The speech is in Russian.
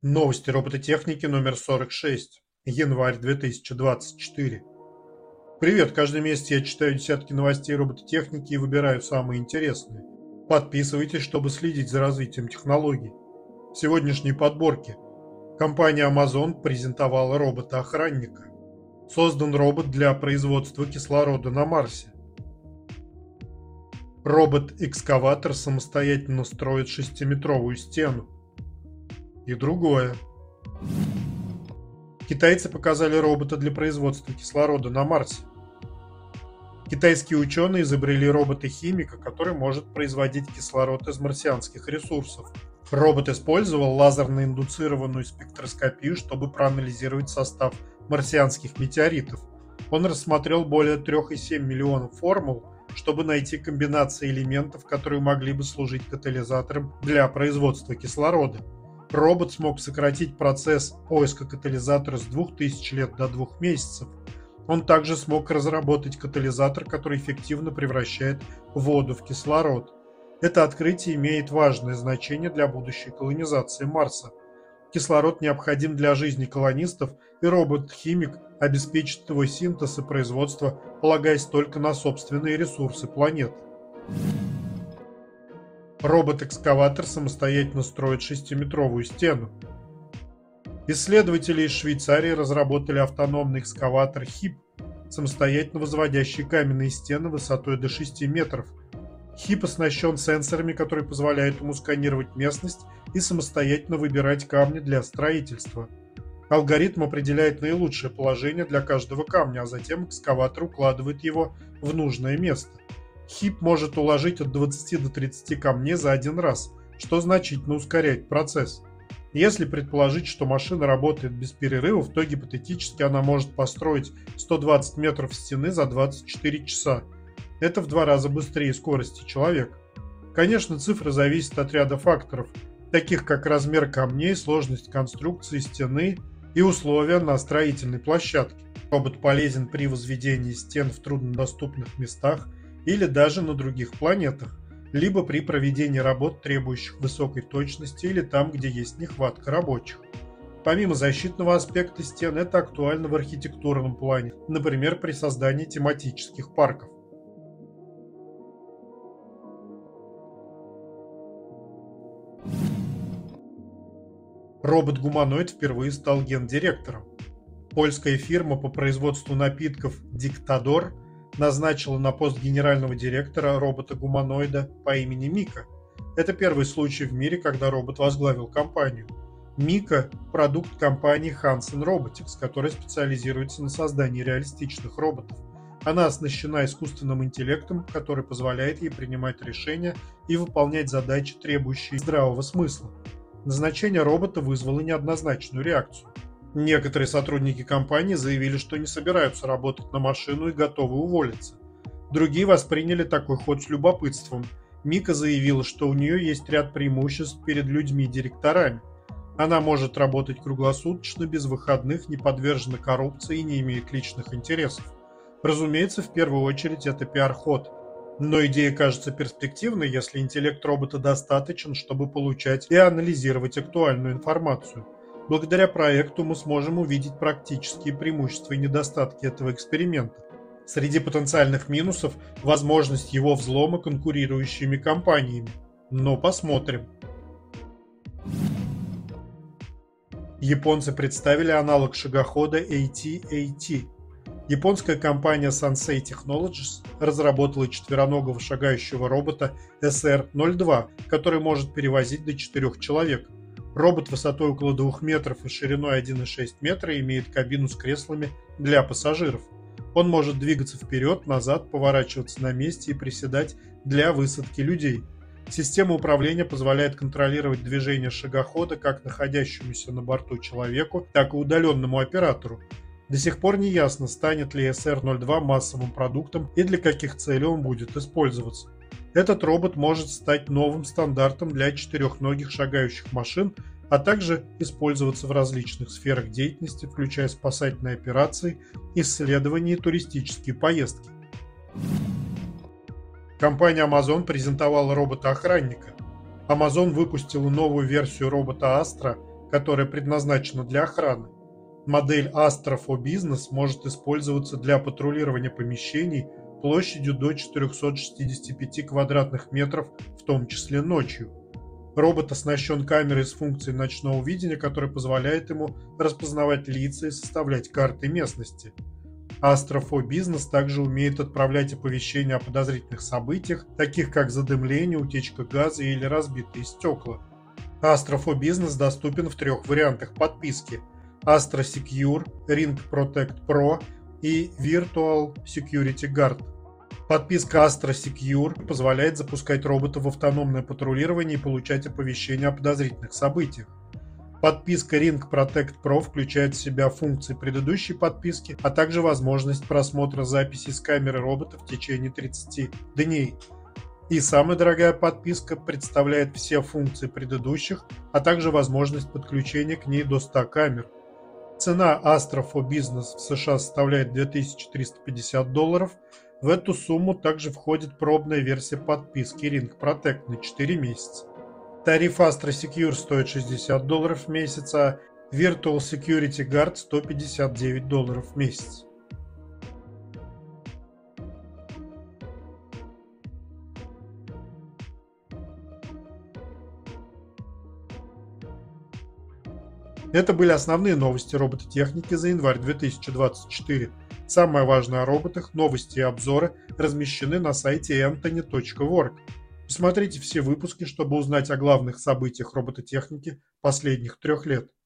Новости робототехники номер 46. Январь 2024. Привет, каждый месяц я читаю десятки новостей робототехники и выбираю самые интересные. Подписывайтесь, чтобы следить за развитием технологий. В сегодняшней подборке компания Amazon презентовала робота-охранника. Создан робот для производства кислорода на Марсе. Робот-экскаватор самостоятельно строит 6-метровую стену. И другое. Китайцы показали робота для производства кислорода на Марсе. Китайские ученые изобрели робота-химика, который может производить кислород из марсианских ресурсов. Робот использовал лазерно-индуцированную спектроскопию, чтобы проанализировать состав марсианских метеоритов. Он рассмотрел более 3,7 миллионов формул, чтобы найти комбинации элементов, которые могли бы служить катализатором для производства кислорода. Робот смог сократить процесс поиска катализатора с 2000 лет до 2 месяцев. Он также смог разработать катализатор, который эффективно превращает воду в кислород. Это открытие имеет важное значение для будущей колонизации Марса. Кислород необходим для жизни колонистов, и робот-химик обеспечит его синтез и производство, полагаясь только на собственные ресурсы планеты. Робот-экскаватор самостоятельно строит 6-метровую стену. Исследователи из Швейцарии разработали автономный экскаватор HIP, самостоятельно возводящий каменные стены высотой до 6 метров. HIP оснащен сенсорами, которые позволяют ему сканировать местность и самостоятельно выбирать камни для строительства. Алгоритм определяет наилучшее положение для каждого камня, а затем экскаватор укладывает его в нужное место. HIP может уложить от 20 до 30 камней за один раз, что значительно ускоряет процесс. Если предположить, что машина работает без перерывов, то гипотетически она может построить 120 метров стены за 24 часа. Это в 2 раза быстрее скорости человека. Конечно, цифры зависят от ряда факторов, таких как размер камней, сложность конструкции стены и условия на строительной площадке. Робот полезен при возведении стен в труднодоступных местах или даже на других планетах, либо при проведении работ, требующих высокой точности, или там, где есть нехватка рабочих. Помимо защитного аспекта стен, это актуально в архитектурном плане, например, при создании тематических парков. Робот-гуманоид впервые стал гендиректором. Польская фирма по производству напитков «Диктадор» назначила на пост генерального директора робота-гуманоида по имени Мика. Это первый случай в мире, когда робот возглавил компанию. Мика – продукт компании Hansen Robotics, которая специализируется на создании реалистичных роботов. Она оснащена искусственным интеллектом, который позволяет ей принимать решения и выполнять задачи, требующие здравого смысла. Назначение робота вызвало неоднозначную реакцию. Некоторые сотрудники компании заявили, что не собираются работать на машину и готовы уволиться. Другие восприняли такой ход с любопытством. Мика заявила, что у нее есть ряд преимуществ перед людьми-директорами. Она может работать круглосуточно, без выходных, не подвержена коррупции и не имеет личных интересов. Разумеется, в первую очередь это пиар-ход. Но идея кажется перспективной, если интеллект робота достаточен, чтобы получать и анализировать актуальную информацию. Благодаря проекту мы сможем увидеть практические преимущества и недостатки этого эксперимента. Среди потенциальных минусов – возможность его взлома конкурирующими компаниями. Но посмотрим. Японцы представили аналог шагохода AT-AT. Японская компания Sansei Technologies разработала четвероногого шагающего робота SR-02, который может перевозить до 4 человек. Робот высотой около 2 метров и шириной 1,6 метра имеет кабину с креслами для пассажиров. Он может двигаться вперед, назад, поворачиваться на месте и приседать для высадки людей. Система управления позволяет контролировать движение шагохода как находящемуся на борту человеку, так и удаленному оператору. До сих пор не ясно, станет ли SR-02 массовым продуктом и для каких целей он будет использоваться. Этот робот может стать новым стандартом для четырехногих шагающих машин, а также использоваться в различных сферах деятельности, включая спасательные операции, исследования и туристические поездки. Компания Amazon презентовала робота-охранника. Amazon выпустила новую версию робота Astra, которая предназначена для охраны. Модель Astra for Business может использоваться для патрулирования помещений площадью до 465 квадратных метров, в том числе ночью. Робот оснащен камерой с функцией ночного видения, которая позволяет ему распознавать лица и составлять карты местности. Astra for Business также умеет отправлять оповещения о подозрительных событиях, таких как задымление, утечка газа или разбитые стекла. Astra for Business доступен в 3 вариантах подписки: Astra Secure, Ring Protect Pro и Virtual Security Guard. Подписка Astra Secure позволяет запускать робота в автономное патрулирование и получать оповещения о подозрительных событиях. Подписка Ring Protect Pro включает в себя функции предыдущей подписки, а также возможность просмотра записей с камеры робота в течение 30 дней. И самая дорогая подписка представляет все функции предыдущих, а также возможность подключения к ней до 100 камер. Цена Astra for Business в США составляет $2350. В эту сумму также входит пробная версия подписки Ring Protect на 4 месяца. Тариф Astra Secure стоит $60 в месяц, а Virtual Security Guard $159 в месяц. Это были основные новости робототехники за январь 2024. Самое важное о роботах, новости и обзоры размещены на сайте anthony.org. Посмотрите все выпуски, чтобы узнать о главных событиях робототехники последних 3 лет.